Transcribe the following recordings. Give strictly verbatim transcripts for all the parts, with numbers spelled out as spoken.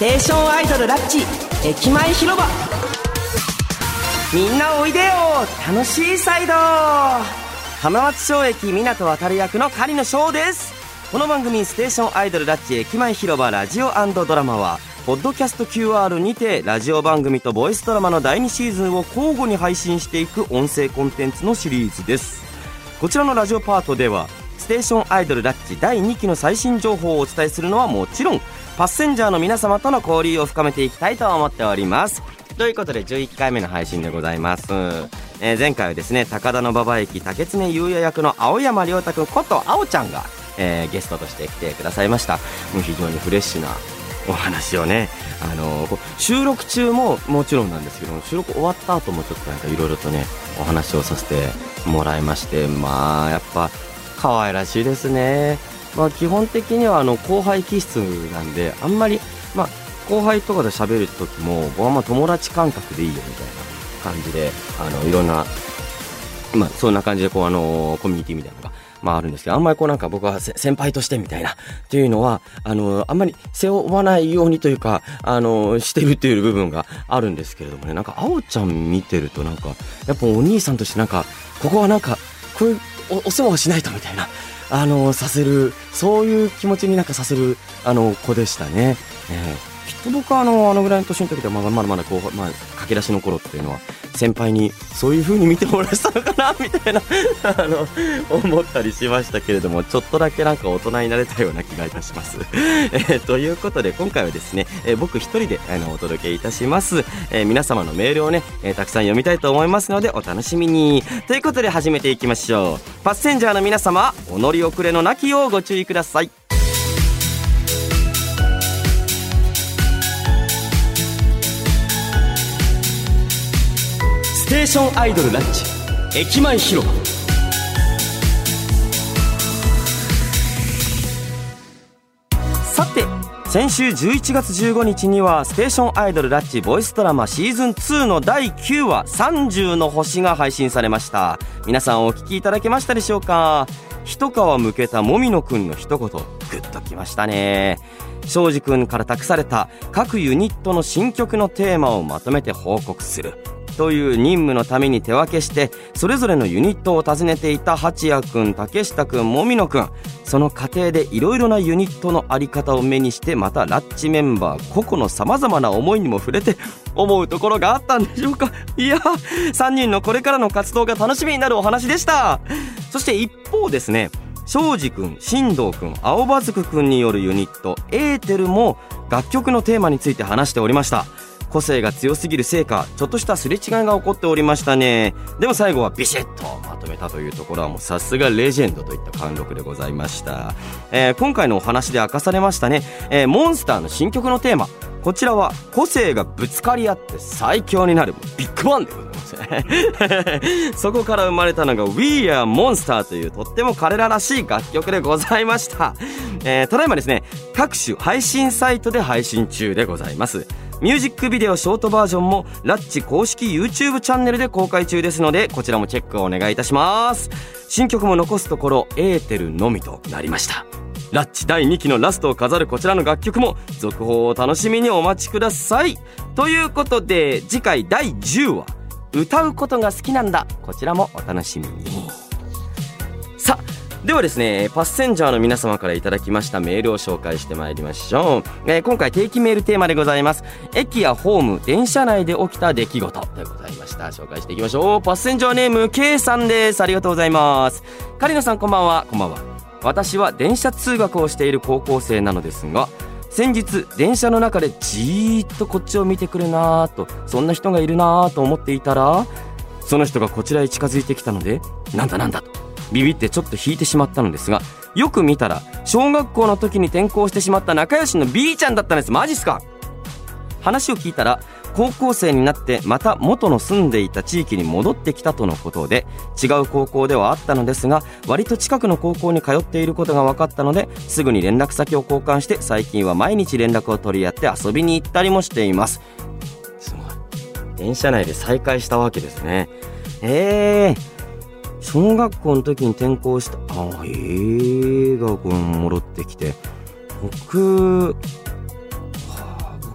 テーションアイドルラッチ駅前広場、みんなおいでよ楽しいサイド。浜松町駅港渡る役の狩野翔です。この番組ステーションアイドルラッチ駅前広場ラジオ&ドラマはポッドキャスト キューアール にてラジオ番組とボイスドラマのだいにシーズンを交互に配信していく音声コンテンツのシリーズです。こちらのラジオパートではステーションアイドルラッチだいにきの最新情報をお伝えするのはもちろん、パッセンジャーの皆様との交流を深めていきたいと思っております。ということでじゅういっかいめの配信でございます。えー、前回はですね、高田馬場駅竹常優也役の青山亮太くんこと青ちゃんが、えー、ゲストとして来てくださいました。もう非常にフレッシュなお話をね、あのー、収録中ももちろんなんですけど、収録終わった後もちょっとなんかいろいろとねお話をさせてもらいまして、まあやっぱ可愛らしいですね。まあ、基本的にはあの後輩気質なんで、あんまり、まあ、後輩とかで喋る時も僕はまあ友達感覚でいいよみたいな感じで、あのいろんな、まあ、そんな感じでこうあのコミュニティみたいなのが、まあ、あるんですけど、あんまりこうなんか僕は先輩としてみたいなっていうのはあのあんまり背負わないようにというか、あのしてるっていう部分があるんですけれどもね、なんか青ちゃん見てるとなんかやっぱお兄さんとしてなんかここはなんかこういう お, お世話をしないとみたいな、あのさせる、そういう気持ちになんかさせるあの子でしたね。えーきっと僕はあのあのぐらいの年の時ではまだまだまだこう、まあ、駆け出しの頃っていうのは先輩にそういう風に見てもらえたのかなみたいなあの思ったりしましたけれども、ちょっとだけなんか大人になれたような気がいたします。えー、ということで今回はですね、えー、僕一人であのお届けいたします。えー、皆様のメールをね、えー、たくさん読みたいと思いますのでお楽しみに。ということで始めていきましょう。パッセンジャーの皆様、お乗り遅れのなきようご注意ください。ステーションアイドルラッチ駅前広場。さて、先週じゅういちがつじゅうごにちにはステーションアイドルラッチボイスドラマシーズンツーのだいきゅうわさんじゅうの星が配信されました。皆さんお聞きいただけましたでしょうか。一皮むけたもみのくんの一言、グッときましたね。庄司くんから託された各ユニットの新曲のテーマをまとめて報告するという任務のために手分けしてそれぞれのユニットを訪ねていた八谷くん、竹下くん、もみのくん。その過程でいろいろなユニットのあり方を目にして、またラッチメンバー個々のさまざまな思いにも触れて思うところがあったんでしょうか。いやー、さんにんのこれからの活動が楽しみになるお話でした。そして一方ですね、庄司くん、進藤くん、青葉月くんによるユニットエーテルも楽曲のテーマについて話しておりました。個性が強すぎるせいか、ちょっとしたすれ違いが起こっておりましたね。でも最後はビシッとまとめたというところはもうさすがレジェンドといった貫禄でございました。えー、今回のお話で明かされましたね、えー、モンスターの新曲のテーマ、こちらは個性がぶつかり合って最強になるビッグバンでございますね。そこから生まれたのが We Are Monster というとっても彼ららしい楽曲でございました。えー、ただいまですね、各種配信サイトで配信中でございます。ミュージックビデオショートバージョンもラッチ公式 YouTube チャンネルで公開中ですので、こちらもチェックをお願いいたします。新曲も残すところエーテルのみとなりました。ラッチだいにきのラストを飾るこちらの楽曲も続報を楽しみにお待ちください。ということで次回だいじゅうわ、歌うことが好きなんだ、こちらもお楽しみに。さあ、ではですね、パッセンジャーの皆様からいただきましたメールを紹介してまいりましょう。えー、今回定期メールテーマでございます。駅やホーム、電車内で起きた出来事でございました。紹介していきましょう。パッセンジャーネーム K さんです。ありがとうございます。狩野さん、こんばんは。こんばんは。私は電車通学をしている高校生なのですが、先日電車の中でじーっとこっちを見てくるなーと、そんな人がいるなーと思っていたら、その人がこちらへ近づいてきたので、なんだなんだとビビってちょっと引いてしまったのですが、よく見たら小学校の時に転校してしまった仲良しの B ちゃんだったんです。マジっすか。話を聞いたら高校生になってまた元の住んでいた地域に戻ってきたとのことで、違う高校ではあったのですが割と近くの高校に通っていることが分かったので、すぐに連絡先を交換して、最近は毎日連絡を取り合って遊びに行ったりもしています。すごい、電車内で再会したわけですね。えー小学校の時に転校した、ああ、えー、学校に戻ってきて、僕、はあ、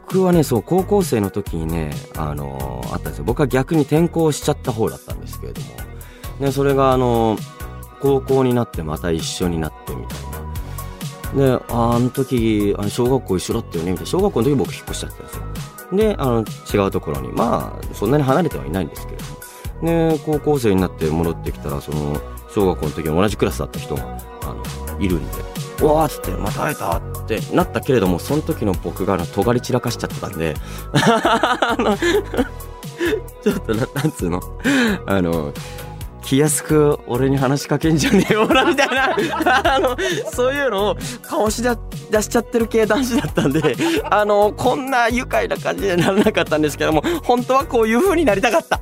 僕はねそう高校生の時にねあのー、あったんですよ。僕は逆に転校しちゃった方だったんですけれども、ね、それがあのー、高校になってまた一緒になってみたいな。で、あ、あの時あの小学校一緒だったよねみたいな。小学校の時僕引っ越しちゃったんですよ。で、あの違うところに、まあそんなに離れてはいないんですけれども、ね、高校生になって戻ってきたら、その小学校の時に同じクラスだった人があのいるんで、うわーっつってまた会えたってなったけれども、その時の僕が尖り散らかしちゃってたんであのちょっと な, なんつうのあの気安く俺に話しかけんじゃねえよなみたいなあのそういうのを顔し出しちゃってる系男子だったんで、あのこんな愉快な感じにならなかったんですけども、本当はこういう風になりたかった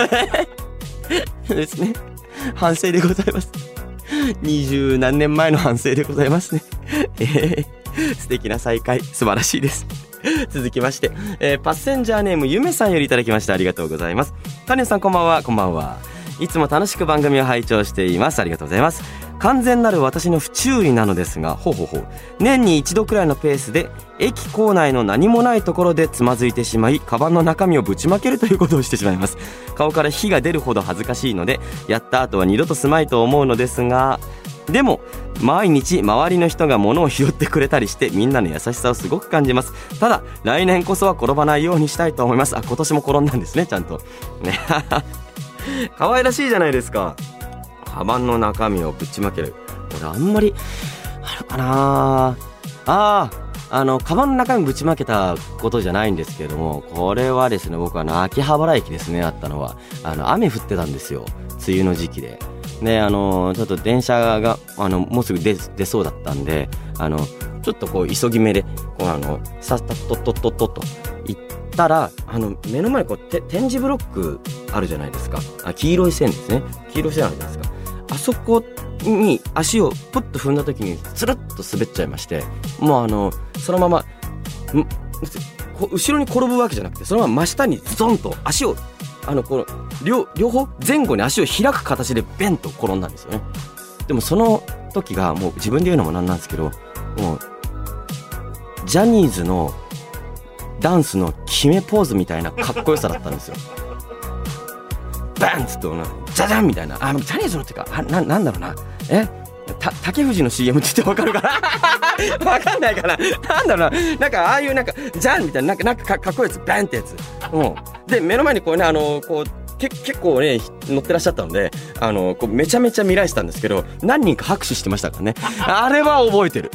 ですね。反省でございます。二十何年前の反省でございますね。えー、素敵な再会素晴らしいです。続きまして、えー、パッセンジャーネームゆめさんよりいただきました。ありがとうございます。カネさんこんばんは。こんばんは。いつも楽しく番組を拝聴しています。ありがとうございます。完全なる私の不注意なのですが、ほうほうほう、年に一度くらいのペースで駅構内の何もないところでつまずいてしまい、カバンの中身をぶちまけるということをしてしまいます。顔から火が出るほど恥ずかしいので、やった後は二度とすまいと思うのですが、でも毎日周りの人が物を拾ってくれたりして、みんなの優しさをすごく感じます。ただ来年こそは転ばないようにしたいと思います。あ、今年も転んだんですね、ちゃんとね可愛らしいじゃないですか。カバンの中身をぶちまける。俺あんまりあるかなあ。あのカバンの中身ぶちまけたことじゃないんですけれども、これはですね、僕はあの秋葉原駅ですね、あったのはあの雨降ってたんですよ、梅雨の時期で。で、あのちょっと電車があのもうすぐ 出, 出そうだったんで、あのちょっとこう急ぎ目でこうあのさっさとっとっとっとっと行ったら、あの目の前にこうて点字ブロックあるじゃないですか。あ、黄色い線ですね。黄色い線あるじゃないですか。あそこに足をプッと踏んだ時にスルッと滑っちゃいまして、もうあのそのまま後ろに転ぶわけじゃなくて、そのまま真下にゾンと足をあのこの 両, 両方前後に足を開く形でベンと転んだんですよね。でもその時がもう自分で言うのもなんなんですけど、もうジャニーズのダンスの決めポーズみたいなかっこよさだったんですよ。バンッつってジャジャンみたいな、あのジャニーズのっていうか、あ な, なんだろうなえた竹藤の シーエム って言ってわかるかなわかんないかな、なんだろうな、なんかああいうなんかジャンみたいな、なんかなんか か, かっこいいやつバンってやつ、うん、で目の前にこうね、あのこうけ結構ね乗ってらっしゃったので、あのこうめちゃめちゃ見られてたんですけど、何人か拍手してましたからね。あれは覚えてる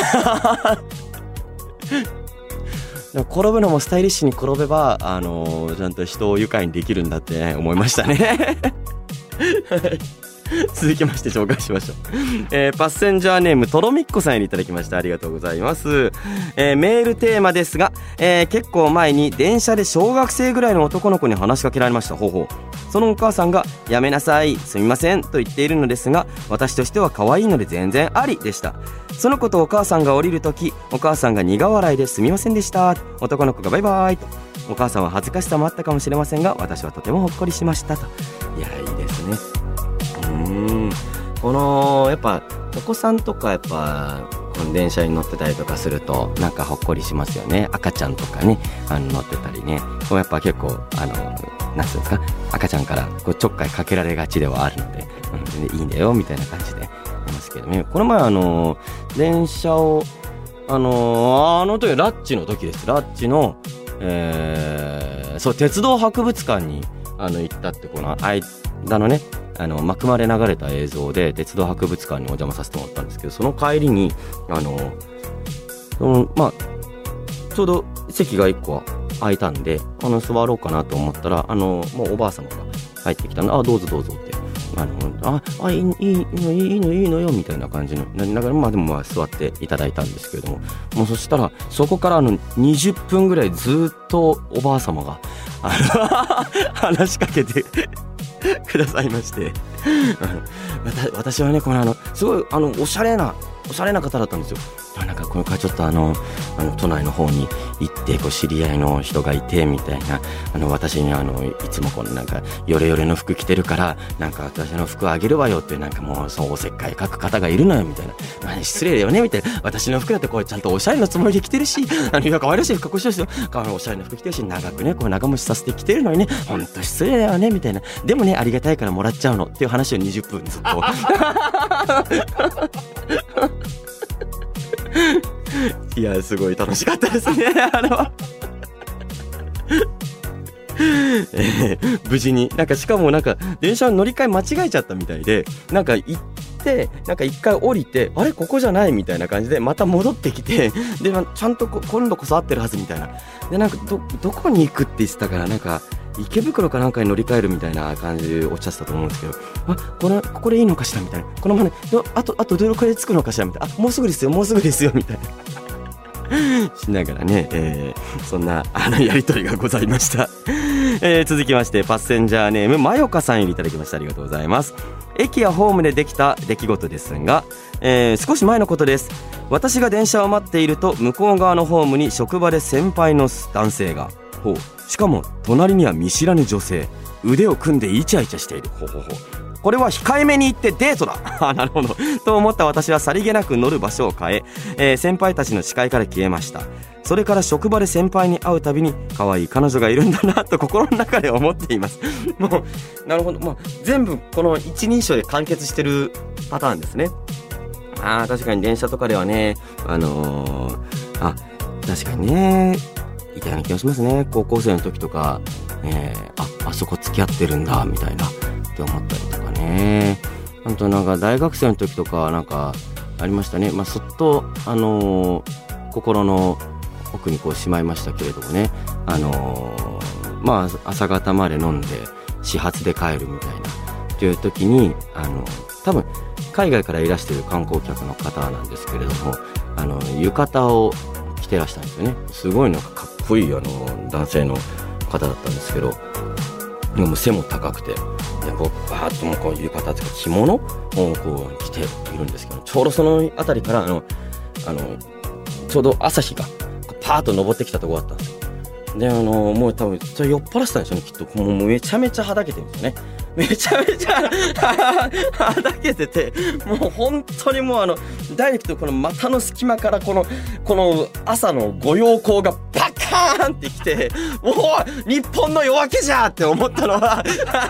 転ぶのもスタイリッシュに転べば、あのー、ちゃんと人を愉快にできるんだって、ね、思いましたね続きまして紹介しましょう、えー、パッセンジャーネームとろみっこさんよりいただきました。ありがとうございます、えー、メールテーマですが、えー、結構前に電車で小学生ぐらいの男の子に話しかけられました。ほうほう。そのお母さんがやめなさい、すみませんと言っているのですが、私としては可愛いので全然ありでした。その子とお母さんが降りるとき、お母さんが苦笑いですみませんでした、男の子がバイバイと。お母さんは恥ずかしさもあったかもしれませんが、私はとてもほっこりしましたと。いや、いいですね。うーん、このやっぱお子さんとかやっぱこの電車に乗ってたりとかするとなんかほっこりしますよね。赤ちゃんとかね、あの乗ってたりね、こうやっぱ結構あのなんていうんですか、赤ちゃんからこうちょっかいかけられがちではあるので、うん、いいんだよみたいな感じでいますけどね。この前あの電車をあのあの時ラッチの時です。ラッチの、えー、そう鉄道博物館にあの行ったって、この間のね、あの幕まで流れた映像で鉄道博物館にお邪魔させてもらったんですけど、その帰りにあの、そのまあちょうど席がいっこ空いたんで、あの座ろうかなと思ったら、あのもうおばあ様が入ってきたので、あ、どうぞどうぞって、あのああいいいいいいのいいのいいのよみたいな感じのなりながら、まあでもまあ座っていただいたんですけれども、もうそしたらそこからあのにじゅっぷんぐらいずっとおばあ様があの話しかけてくださいましてあの私はね、このあのすごいあのおしゃれなおしゃれな方だったんですよ。 なんかこれからちょっとあのあの都内の方に行ってこう知り合いの人がいてみたいな、あの私にあのいつもこのなんかヨレヨレの服着てるからなんか私の服あげるわよってなんかもうそうおせっかい書く方がいるのよみたいな、まあ、失礼だよねみたいな、私の服だってこうちゃんとおしゃれなつもりで着てるし、あのいや可愛らしい服してるしよ、おしゃれな服着てるし長くねこう長持ちさせて着てるのにね、ほんと失礼だよねみたいな、でもねありがたいからもらっちゃうのっていう話をにじゅっぷんずっといやすごい楽しかったですねあれはえー、無事になんかしかもなんか電車の乗り換え間違えちゃったみたいで、なんか行ってなんか一回降りてあれここじゃないみたいな感じでまた戻ってきて、でちゃんとこ今度こそ合ってるはずみたいなで、なんか ど, どこに行くって言ってたからなんか池袋かなんかに乗り換えるみたいな感じでおっしゃってたと思うんですけど、あこれここでいいのかしらみたいな、このままねあとあとどれくらい着くのかしらみたいな、あもうすぐですよもうすぐですよみたいなしながらね、えー、そんなあのやりとりがございました、えー、続きましてパッセンジャーネームまよかさんよりいただきました。ありがとうございます。駅やホームでできた出来事ですが、えー、少し前のことです。私が電車を待っていると向こう側のホームに職場で先輩の男性が、ほうしかも隣には見知らぬ女性、腕を組んでイチャイチャしている。ほうほうほう、これは控えめに言ってデートだあなるほどと思った私はさりげなく乗る場所を変ええー、先輩たちの視界から消えました。それから職場で先輩に会うたびに可愛い彼女がいるんだなと心の中で思っていますもうなるほど、まあ、全部この一人称で完結してるパターンですね。あー確かに電車とかではね、あのー、あ確かにねいたような気がしますね。高校生の時とか、えー、ああそこ付き合ってるんだみたいなって思ったりとかね。あとなんか大学生の時とかなんかありましたね。まあそっとあのー、心の奥にこうしまいましたけれどもね、あのー、まあ朝方まで飲んで始発で帰るみたいなっていう時に、あの多分海外からいらしている観光客の方なんですけれども、あの浴衣を着てらしたんですよね。すごいなんかかっこいいあの男性の方だったんですけど、でも背も高くて、でこうバーッともうこう浴衣というか着物をこう着ているんですけど、ちょうどそのあたりからあのあのちょうど朝日がパーッと昇ってきたところだったんですよ。であのもう多分それ酔っ払ってたんですよねきっと。もうめちゃめちゃはだけてるんですよね。めちゃめちゃはだけてて、もう本当にもうあのダイレクトこの股の隙間からこのこの朝のご陽光がパカーンってきて、おお日本の夜明けじゃって思ったのは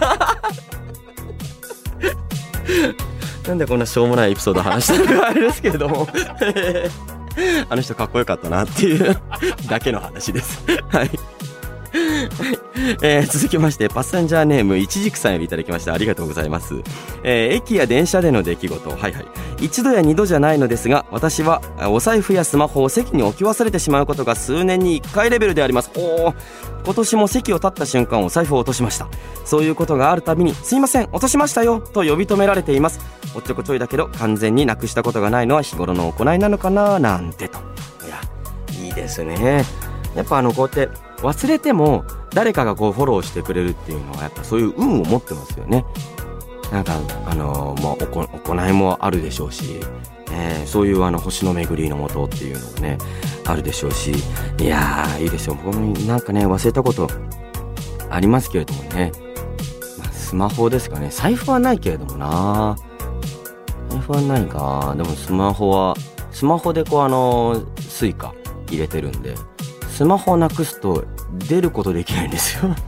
なんでこんなしょうもないエピソード話してるのかあれですけれどもあの人かっこよかったなっていうだけの話ですはいえー、続きましてパッセンジャーネームいちじくさんよりいただきました。ありがとうございます。えー、駅や電車での出来事、はいはい、一度や二度じゃないのですが、私はお財布やスマホを席に置き忘れてしまうことが数年にいっかいレベルであります。おー、今年も席を立った瞬間お財布を落としました。そういうことがあるたびにすいません落としましたよと呼び止められています。おっちょこちょいだけど完全になくしたことがないのは日頃の行いなのかななんてと。いやいいですね。やっぱあのこうやって忘れても誰かがこうフォローしてくれるっていうのはやっぱそういう運を持ってますよね。なんかあのー、まあ、おこ行いもあるでしょうし、えー、そういうあの星の巡りのもとっていうのがねあるでしょうし、いやーいいですよ。僕もなんかね忘れたことありますけれどもね、まあ、スマホですかね。財布はないけれどもな、財布はないか。でもスマホはスマホでこうあのー、スイカ入れてるんで、スマホをなくすと出ることできないんですよ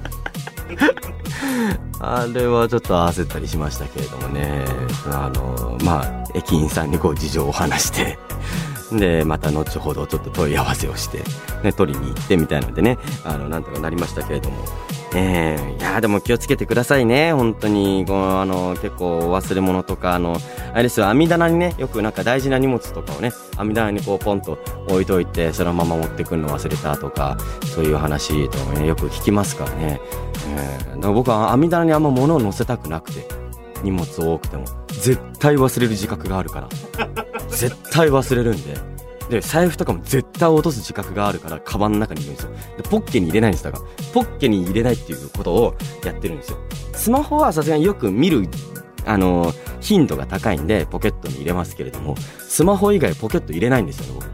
あれはちょっと焦ったりしましたけれどもね。あのまあ駅員さんにこう事情を話してでまた後ほどちょっと問い合わせをして、ね、取りに行ってみたいなのでね、あのなんとかなりましたけれども、えー、いやでも気をつけてくださいね本当に。このあの結構忘れ物とかあのあれですよ、網棚にねよくなんか大事な荷物とかをね網棚にこうポンと置いといてそのまま持ってくるの忘れたとか、そういう話とかねよく聞きますからね。えー、だから僕は網棚にあんま物を載せたくなくて、荷物多くても絶対忘れる自覚があるから絶対忘れるんで、で財布とかも絶対落とす自覚があるからカバンの中に入れるんですよ。でポッケに入れないんです。だからポッケに入れないっていうことをやってるんですよ。スマホはさすがによく見るあの頻度が高いんでポケットに入れますけれども、スマホ以外ポケット入れないんですよね、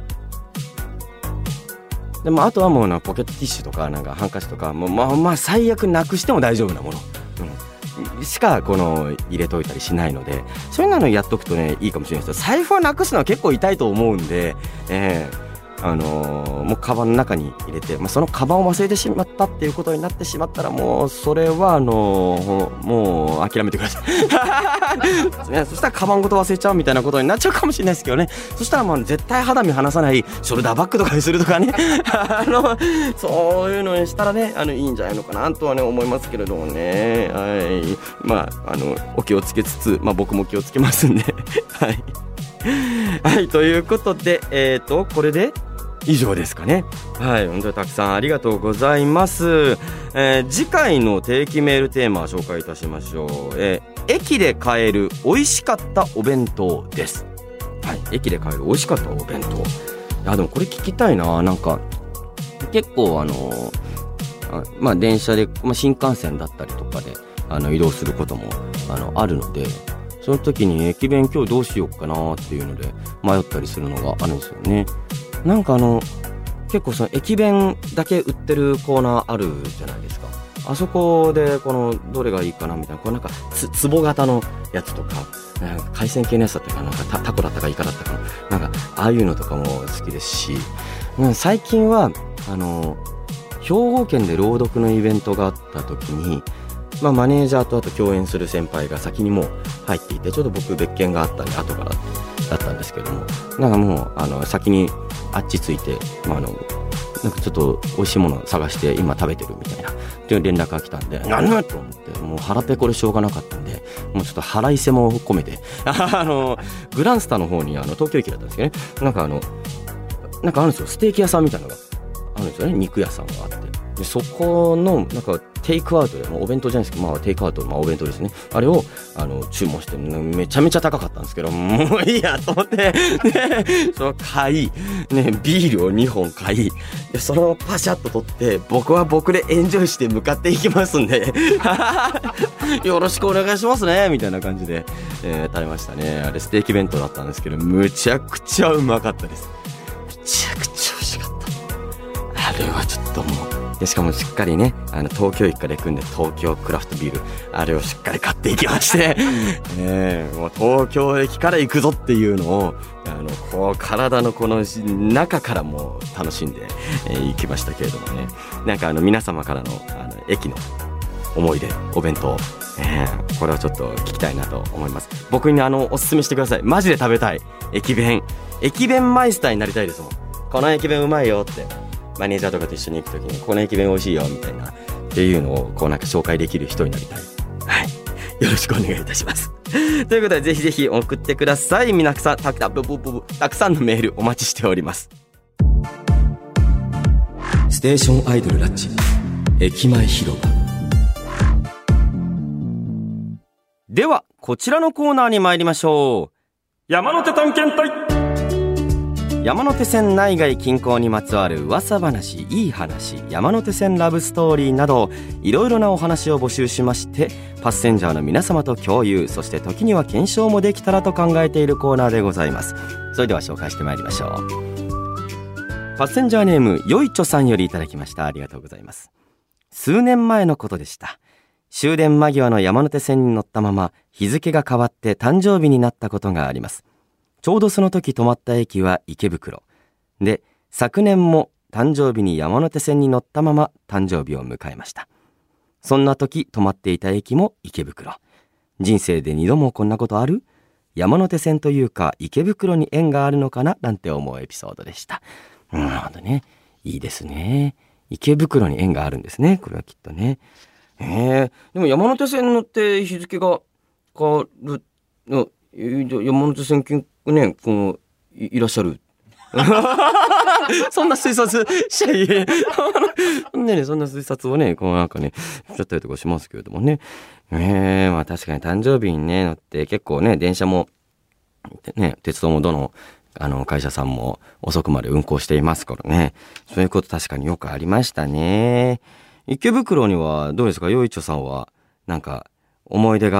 僕。でもあとはもうなポケットティッシュとかなんかハンカチとかもうまあまあ最悪なくしても大丈夫なもの、うん、しかこの入れといたりしないので、そういうのやっとくとねいいかもしれないです。財布はなくすのは結構痛いと思うんで、えーあのー、もうカバンの中に入れて、まあ、そのカバンを忘れてしまったっていうことになってしまったら、もうそれはあのー、もう諦めてくださいね、そしたらカバンごと忘れちゃうみたいなことになっちゃうかもしれないですけどね。そしたらもう絶対肌身離さないショルダーバッグとかにするとかねあのそういうのにしたらね、あのいいんじゃないのかなとはね思いますけれどもね。はい、まああのお気をつけつつ、まあ、僕も気をつけますんではいはい、ということで、えーとこれで以上ですかね。はい、本当にたくさんありがとうございます。えー、次回の定期メールテーマを紹介いたしましょう。えー、駅で買える美味しかったお弁当です。はい、駅で買える美味しかったお弁当。いやでもこれ聞きたいな。なんか結構あのー、あまあ電車で、まあ、新幹線だったりとかであの移動することもあのあるので、その時に駅弁今日どうしようかなっていうので迷ったりするのがあるんですよね。なんかあの結構その駅弁だけ売ってるコーナーあるじゃないですか。あそこでこのどれがいいかなみたいな、こうなんかつ壺型のやつとか、なんか海鮮系のやつだったかな、なんか タ, タコだったかイカだったかな、なんかああいうのとかも好きですし、最近はあの兵庫県で朗読のイベントがあった時に、まあ、マネージャーとあと共演する先輩が先にもう入っていて、ちょうど僕別件があったんで後からだったんですけども、なんかもうあの先にあっち着いて、まあ、あのなんかちょっと美味しいものを探して今食べてるみたいなっていう連絡が来たんで、なんだと思って、もう腹ペコでしょうがなかったんで、もうちょっと腹いせも込めてあのグランスタの方にあの東京駅だったんですけどね、なんかあのなんかあるんですよ、ステーキ屋さんみたいなのがあるんですよね、肉屋さんがあって、でそこのなんかテイクアウトで、お弁当じゃないですけど、まあテイクアウト、まあお弁当ですね、あれをあの注文して、めちゃめちゃ高かったんですけど、もういいやと思って、ね、それを買い、ね、ビールをにほん買い、でそれをパシャッと取って、僕は僕でエンジョイして向かっていきますんでよろしくお願いしますねみたいな感じで、えー、食べましたね。あれステーキ弁当だったんですけど、むちゃくちゃうまかったです。むちゃくちゃ美味しかった。あれはちょっともうで、しかもしっかりね、あの東京駅から行くんで、東京クラフトビール、あれをしっかり買っていきましてね、もう東京駅から行くぞっていうのをあのこう体のこの中からも楽しんで、えー、行きましたけれどもね。なんかあの皆様からの、あの駅の思い出お弁当、えー、これはちょっと聞きたいなと思います。僕にあのおすすめしてください。マジで食べたい駅弁、駅弁マイスターになりたいですもん。この駅弁うまいよってマネージャーとかと一緒に行くときに、この駅弁美味しいよみたいなっていうのをこうなんか紹介できる人になりたい。はい、よろしくお願いいたしますということで、ぜひぜひ送ってください。皆さんたくたたくさんのメールお待ちしております。ステーションアイドルラッチ駅前広場では、こちらのコーナーに参りましょう。山手探検隊。山手線内外近郊にまつわる噂話、いい話、山手線ラブストーリーなど、いろいろなお話を募集しまして、パッセンジャーの皆様と共有、そして時には検証もできたらと考えているコーナーでございます。それでは紹介してまいりましょう。パッセンジャーネームよいちょさんよりいただきました。ありがとうございます。数年前のことでした。終電間際の山手線に乗ったまま日付が変わって誕生日になったことがあります。ちょうどその時止まった駅は池袋で、昨年も誕生日に山手線に乗ったまま誕生日を迎えました。そんな時止まっていた駅も池袋。人生で二度もこんなことある？山手線というか池袋に縁があるのかななんて思うエピソードでした。なるほどね。いいですね。池袋に縁があるんですね。これはきっとね。へえ。でも山手線乗って日付が変わるの、山手線ね、この い, いらっしゃるそんな推察しちゃいえねね、そんな推察をね、こうなんかねしちゃったりとかしますけれどもね。えー、まあ確かに誕生日にね乗って結構ね、電車もね、鉄道もどのあの会社さんも遅くまで運行していますからね。そういうこと確かによくありましたね。池袋にはどうですか、よいちょさんはなんか思い出が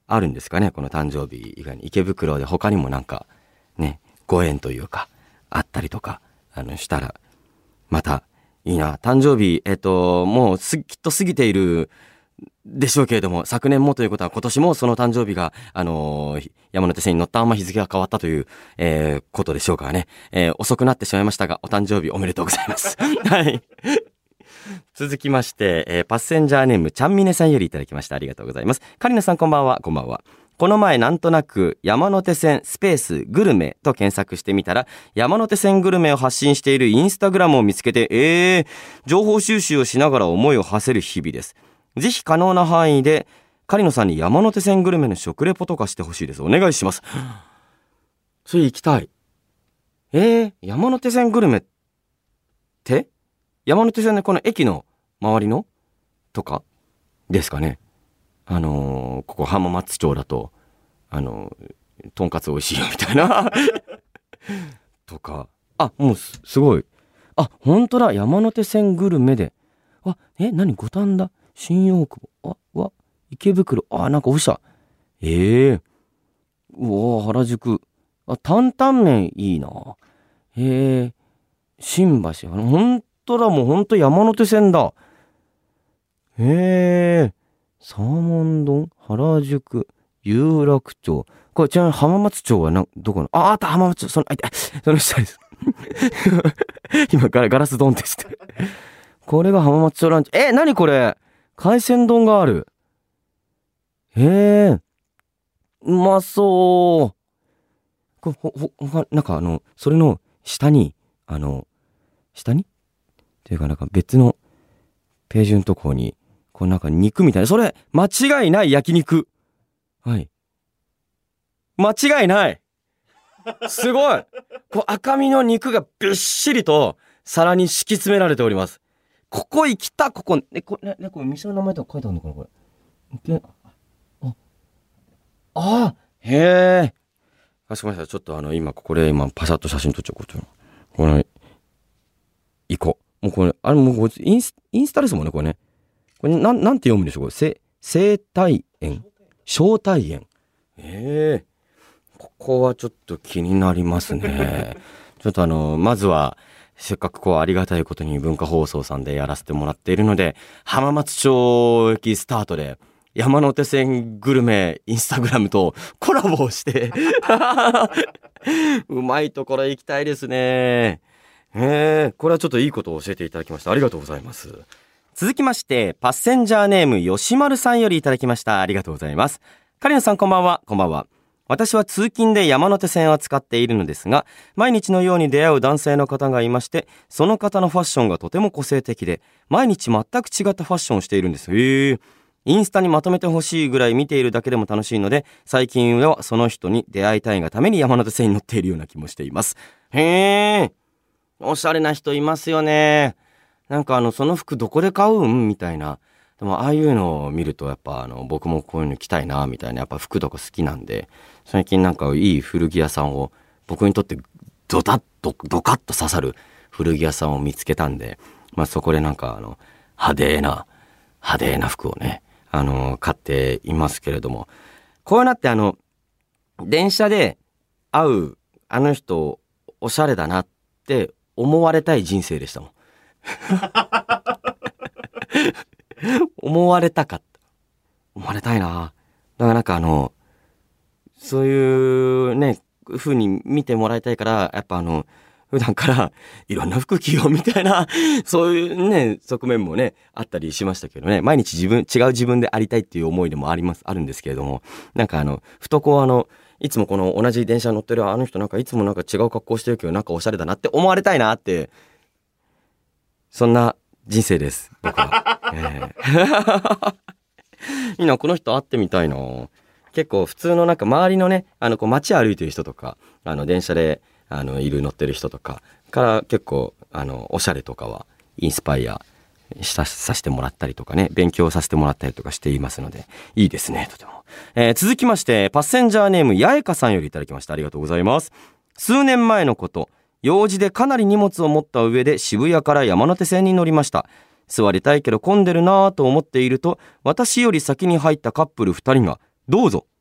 あるんですかね、この誕生日以外に。池袋で他にもなんかね、ご縁というかあったりとかあのしたらまたいいな。誕生日えっともうすきっと過ぎているでしょうけれども、昨年もということは今年もその誕生日があのー、山手線に乗ったまま日付が変わったという、えー、ことでしょうからね、えー、遅くなってしまいましたがお誕生日おめでとうございますはい続きまして、えー、パッセンジャーネームちゃんみねさんよりいただきました。ありがとうございます。カリナさんこんばんは。こんばんは。この前なんとなく山手線スペースグルメと検索してみたら、山手線グルメを発信しているインスタグラムを見つけて、えー、情報収集をしながら思いを馳せる日々です。ぜひ可能な範囲でカリノさんに山手線グルメの食レポとかしてほしいです。お願いしますそれ行きたい。えー、山手線グルメって山手線のこの駅の周りのとかですかね。あのー、ここ浜松町だとあのー、とんかつ美味しいよみたいなとか、あ、もう す, すごいあ、本当だ、山手線グルメで、あ、え、何、五反田、新大久保、あ、わ、池袋、あ、なんかおしゃ、ええー、うわ、原宿、あ、担々麺いいな、へえ、新橋、ほんとだ、もうほんと山手線だ、へえ、サーモン丼、原宿、有楽町、これちなみに浜松町はなどこの、あ、あった浜松町、その、あ、その下です今ガラ、ガラスドンってしてこれが浜松町ランチ。え、なにこれ、海鮮丼がある。へえ、うまそう。これほほほなんかあのそれの下にあの下にっていうかなんか別のページのところにこうなんか肉みたいな、それ間違いない焼肉。はい。間違いない。すごい。こう赤身の肉がびっしりと皿に敷き詰められております。ここ行きた、ここ、え、これ、ね、これ店の名前とか書いてあるのかな、これ。あ、あ、へえ。かしこまりました。ちょっとあの、今、ここで今、パシャッと写真撮っちゃおう。これ、行こう。もうこれ、あれ、もうインス、インスタですもんね、これね。これ、なん、なんて読むんでしょう、これ。せ、生態園。招待園。ええ。ここはちょっと気になりますね。ちょっとあの、まずは、せっかくこうありがたいことに文化放送さんでやらせてもらっているので、浜松町駅スタートで山手線グルメインスタグラムとコラボをしてうまいところ行きたいですね。えー、これはちょっといいことを教えていただきました。ありがとうございます。続きましてパッセンジャーネーム吉丸さんよりいただきました。ありがとうございます。カリナさんこんばんは。こんばんは。私は通勤で山手線を使っているのですが、毎日のように出会う男性の方がいまして、その方のファッションがとても個性的で、毎日全く違ったファッションをしているんです。へー。インスタにまとめてほしいぐらい見ているだけでも楽しいので、最近はその人に出会いたいがために山手線に乗っているような気もしています。へー。おしゃれな人いますよね。なんかあの、その服どこで買うんみたいな。でもああいうのを見るとやっぱあの僕もこういうの着たいなみたいな、やっぱ服とか好きなんで、最近なんかいい古着屋さんを、僕にとってドタッとドカッと刺さる古着屋さんを見つけたんで、まあそこでなんかあの派手な派手な服をね、あの買っていますけれども、こうなってあの電車で会うあの人おしゃれだなって思われたい人生でしたもん思われたかった。思われたいな。だからなんかあの、そういうね、風に見てもらいたいから、やっぱあの、普段からいろんな服着ようみたいな、そういうね、側面もね、あったりしましたけどね。毎日自分、違う自分でありたいっていう思いでもあります、あるんですけれども、なんかあの、ふとこうあの、いつもこの同じ電車に乗ってるあの人なんかいつもなんか違う格好してるけどなんかおしゃれだなって思われたいなって、そんな人生です、僕は。えー、いいな、この人会ってみたいな。結構普通のなんか周りのね、あのこう街歩いてる人とか、あの電車であのいる乗ってる人とかから結構あのおしゃれとかはインスパイアさせてもらったりとかね、勉強させてもらったりとかしていますので、いいですね、とても。えー、続きましてパッセンジャーネーム八重香さんよりいただきました。ありがとうございます。数年前のこと、用事でかなり荷物を持った上で渋谷から山手線に乗りました。座りたいけど混んでるなぁと思っていると、私より先に入ったカップルふたりがどうぞ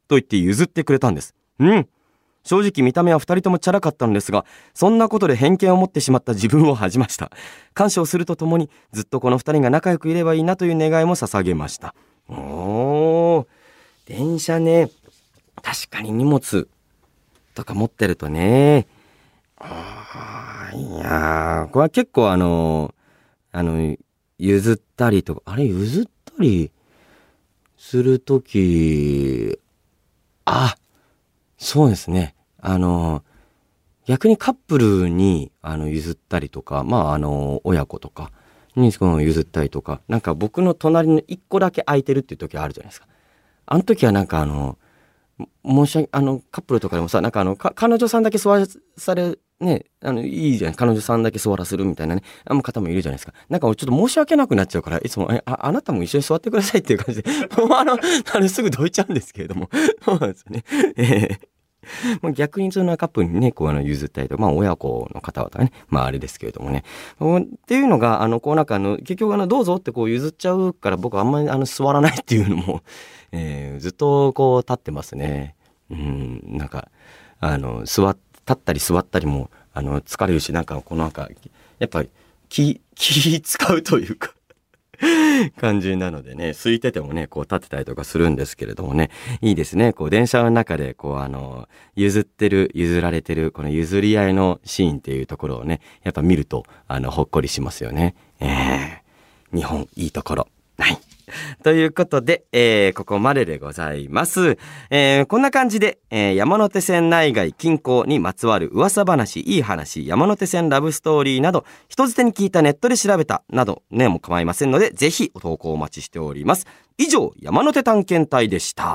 と言って譲ってくれたんです。うん。正直見た目は二人ともチャラかったのですが、そんなことで偏見を持ってしまった自分を恥じました。感謝をするとともに、ずっとこの二人が仲良くいればいいなという願いも捧げました。おー、電車ね。確かに荷物とか持ってるとね。あー、いやー、これは結構あの、あの、譲ったりとか、あれ譲ったりするとき、あ、そうですね。あの、逆にカップルにあの譲ったりとか、まああの、親子とかにその譲ったりとか、なんか僕の隣の一個だけ空いてるっていう時あるじゃないですか。あの時はなんかあの、申し訳、あの、カップルとかでもさ、なんかあの、か彼女さんだけ座らされ、ね、あの、いいじゃん。彼女さんだけ座らせるみたいなね、あの方もいるじゃないですか。なんかちょっと申し訳なくなっちゃうから、いつも、え、あ、あなたも一緒に座ってくださいっていう感じで、もうあの、あの、すぐどいちゃうんですけれども。そうなんですよね。えーまあ逆にそのカップルにね、こうあの譲ったりとか、まあ親子の方々がね、まああれですけれどもね。っていうのが、あの、こうなんかあの、結局あの、どうぞってこう譲っちゃうから僕はあんまりあの、座らないっていうのも、えー、ずっとこう立ってますね。うん、なんか、あの、座っ、立ったり座ったりも、あの、疲れるし、なんかこのなんか、やっぱり気、気使うというか、感じなのでね、空いててもね、こう立ってたりとかするんですけれどもね、いいですね。こう電車の中で、こうあの、譲ってる、譲られてる、この譲り合いのシーンっていうところをね、やっぱ見ると、あの、ほっこりしますよね。えー、日本いいところ。はい。ということで、えー、ここまででございます。えー、こんな感じで、えー、山手線内外近郊にまつわる噂話、いい話、山手線ラブストーリーなど、人づてに聞いたネットで調べたなどね、も構いませんので、ぜひお投稿お待ちしております。以上、山手探検隊でした。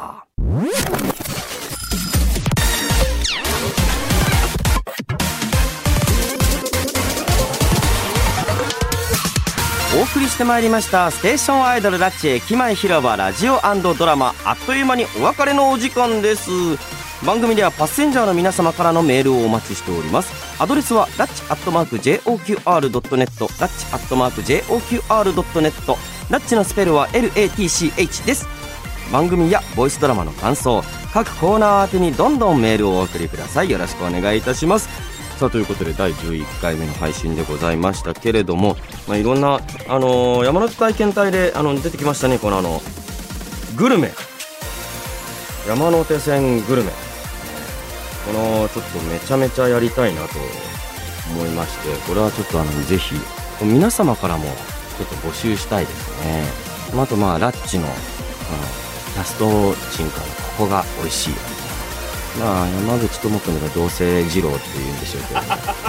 お送りしてまいりましたステーションアイドルラッチ駅前広場ラジオ&ドラマ、あっという間にお別れのお時間です。番組ではパッセンジャーの皆様からのメールをお待ちしております。アドレスはラッチアットマーク ジェイオーキューアールドットネット、ラッチアットマーク ジェイオーキューアールドットネット、ラッチのスペルは エルエーティーシーエイチ です。番組やボイスドラマの感想、各コーナー宛てにどんどんメールをお送りください。よろしくお願いいたします。さあということでだいじゅういっかいめの配信でございましたけれども、まあ、いろんな、あのー、山手体験隊であの出てきましたね、このあのグルメ、山手線グルメ、このちょっとめちゃめちゃやりたいなと思いまして、これはちょっとあのぜひ皆様からもちょっと募集したいですね。あとまあラッチの、あのキャスト陣からここが美味しい、まあ山口智子がどうせ二郎って言うんでしょうけど、ね、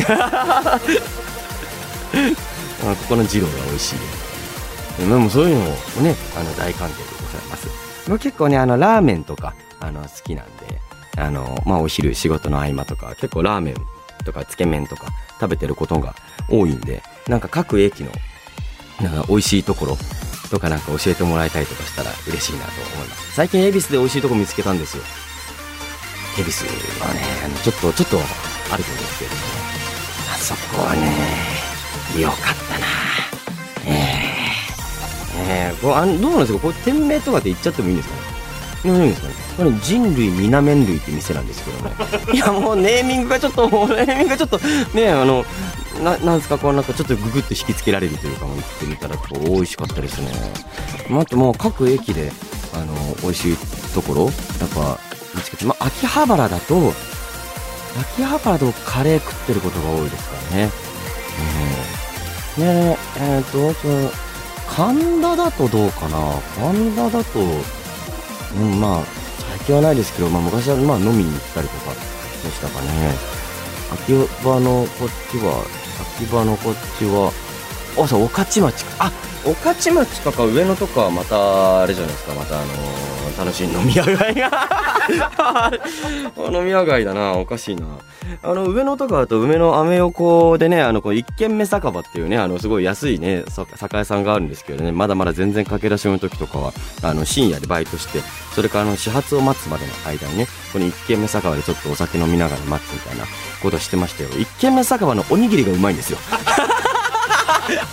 まあここの二郎が美味しいでもそういうのもね、あの大歓迎でございます。もう結構ね、あのラーメンとかあの好きなんで、あのまあお昼仕事の合間とか結構ラーメンとかつけ麺とか食べてることが多いんで、なんか各駅のなんか美味しいところとかなんか教えてもらえたりとかしたら嬉しいなと思います。最近恵比寿で美味しいとこ見つけたんですよ。恵比寿はね、ちょっとちょっとあるんですけれども、あそこはね良かったな。えー、えー、こうあのどうなんですか、こう店名とかで言っちゃってもいいんですかね。いいんですかね。これ人類みな麺類って店なんですけどね。いやもうネーミングがちょっとネーミングがちょっとね、あのななんですか、こうなんかちょっとググッと引きつけられるというか、言ってみたらこう美味しかったですね。あともう各駅であの美味しいところやっぱ見つけて、まあ、秋葉原だと秋葉原だとカレー食ってることが多いですからね。えー、ねえー、っとあと神田だとどうかな。神田だと、うん、まあ最近はないですけど、まあ、昔はまあ飲みに行ったりとかでしたかね。秋葉のこっちは秋葉のこっちはあ、そう、御徒町か。あ、御徒町とか上野とかはまたあれじゃないですか、またあのー、楽しい飲み屋街が飲み屋街だな、おかしいな。あの上野とかだと梅のアメ横でね、あのこう一軒目酒場っていうね、あのすごい安いね酒屋さんがあるんですけどね、まだまだ全然駆け出しの時とかはあの深夜でバイトして、それからあの始発を待つまでの間にね、この一軒目酒場でちょっとお酒飲みながら待つみたいなことしてましたよ。一軒目酒場のおにぎりがうまいんですよ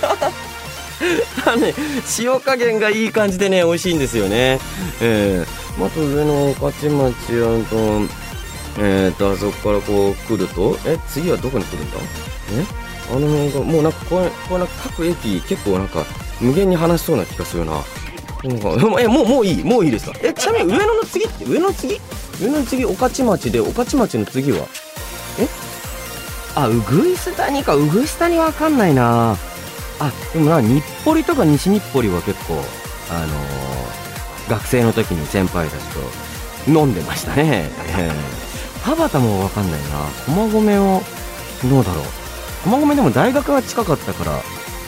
あのね、塩加減がいい感じでね美味しいんですよね。えーまず上の御徒町あとえーとあそこからこう来ると、え次はどこに来るんだ。えあの辺がもうなんかこうこうなんか各駅結構なんか無限に話しそうな気がするな。なんかえもうもういいもういいですか。えちなみに上野の次って上野の次上野の次御徒町で御徒町の次はえあうぐいす谷か。うぐいす谷わかんないなあ。でもな日暮里とか西日暮里は結構あのー、学生の時に先輩たちと飲んでましたね。えー、田端もわかんないな。駒込をどうだろう。駒込でも大学が近かったからあの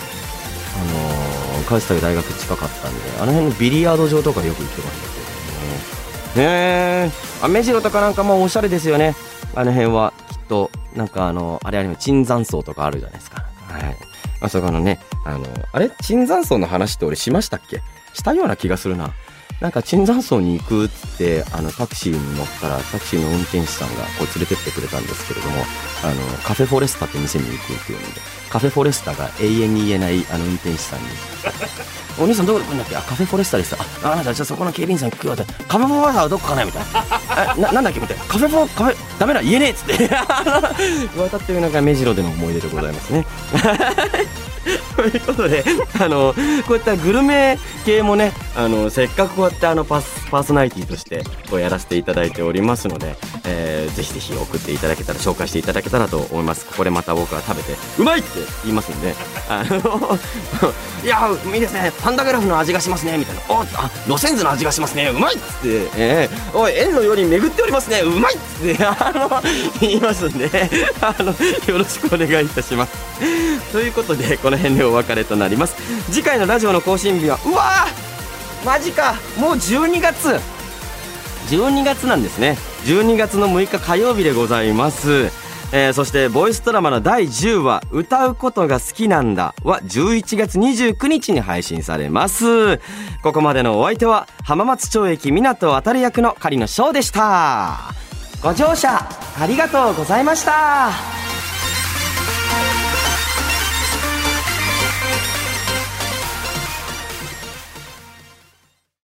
ー、川下大学近かったんであの辺のビリヤード場とかよく行ってましたけどね。へえー、目白とかなんかもおしゃれですよね。あの辺はきっとなんかあのあれあれ椿山荘とかあるじゃないですか。はい。あそこのねあのあれ椿山荘の話って俺しましたっけ。したような気がするな。なんか椿山荘に行くっつってあのタクシーに乗ったらタクシーの運転手さんがこう連れてってくれたんですけれどもあのカフェフォレスタって店に行くっていうんでカフェフォレスタが永遠に言えないあの運転手さんにお兄さんどこで来るんだっけ。あカフェフォレスタです。ああなたじゃあそこの警備員さんに聞くよってカフェフォレスタはどこかなみたいなな, なんだっけみたいなカフェフォカフェダメだ言えねえっつって言われたっていうのが目白での思い出でございますねということであのこういったグルメ系もねあのせっかくこうやってあのパスパーソナリティとしてこうやらせていただいておりますので、えー、ぜひぜひ送っていただけたら紹介していただけたらと思います。ここでまた僕が食べてうまいって言いますんであのいやいいですねパンダグラフの味がしますねみたいなおあ路線図の味がしますねうまいっつって、えー、おい円のように巡っておりますねうまいっつってあの言いますんであのよろしくお願いいたしますということでこの辺でお別れとなります。次回のラジオの更新日はうわーマジかもうじゅうにがつじゅうにがつなんですね。じゅうにがつのむいか火曜日でございます。えー、そしてボイスドラマのだいじゅうわ歌うことが好きなんだはじゅういちがつにじゅうくにちに配信されます。ここまでのお相手は浜松町駅港渡役の狩野翔でした。ご乗車ありがとうございました。